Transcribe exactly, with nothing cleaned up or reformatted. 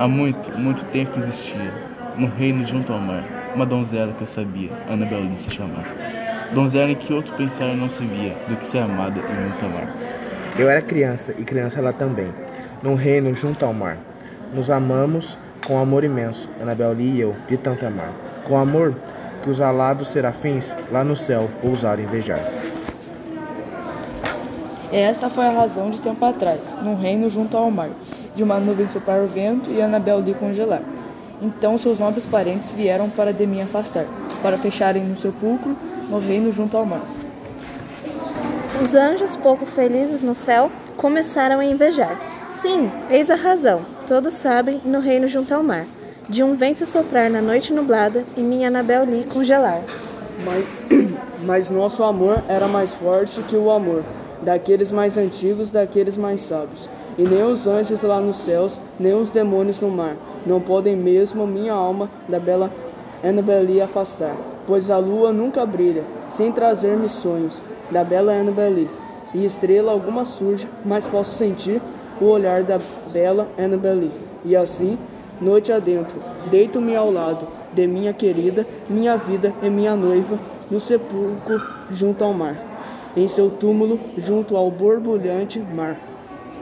Há muito, muito tempo existia, no reino junto ao mar, uma donzela que eu sabia, Annabel Lee se chamar. Donzela em que outro pensar não se via, do que ser amada e muito amar. Eu era criança, e criança ela também, num reino junto ao mar. Nos amamos com amor imenso, Annabel Lee e eu, de tanto amar. Com amor que os alados serafins, lá no céu, ousaram invejar. Esta foi a razão de tempo atrás, num reino junto ao mar, de uma nuvem soprar o vento e Annabel Lee congelar. Então seus nobres parentes vieram para de mim afastar, para fecharem no sepulcro, no reino junto ao mar. Os anjos, pouco felizes no céu, começaram a invejar. Sim, eis a razão, todos sabem, no reino junto ao mar, de um vento soprar na noite nublada e minha Annabel Lee congelar. Mas, mas nosso amor era mais forte que o amor daqueles mais antigos, daqueles mais sábios. E nem os anjos lá nos céus, nem os demônios no mar, não podem mesmo minha alma da bela Annabel Lee afastar. Pois a lua nunca brilha, sem trazer-me sonhos da bela Annabel Lee. E estrela alguma surge, mas posso sentir o olhar da bela Annabel Lee. E assim, noite adentro, deito-me ao lado de minha querida, minha vida e minha noiva, no sepulcro junto ao mar, em seu túmulo junto ao borbulhante mar.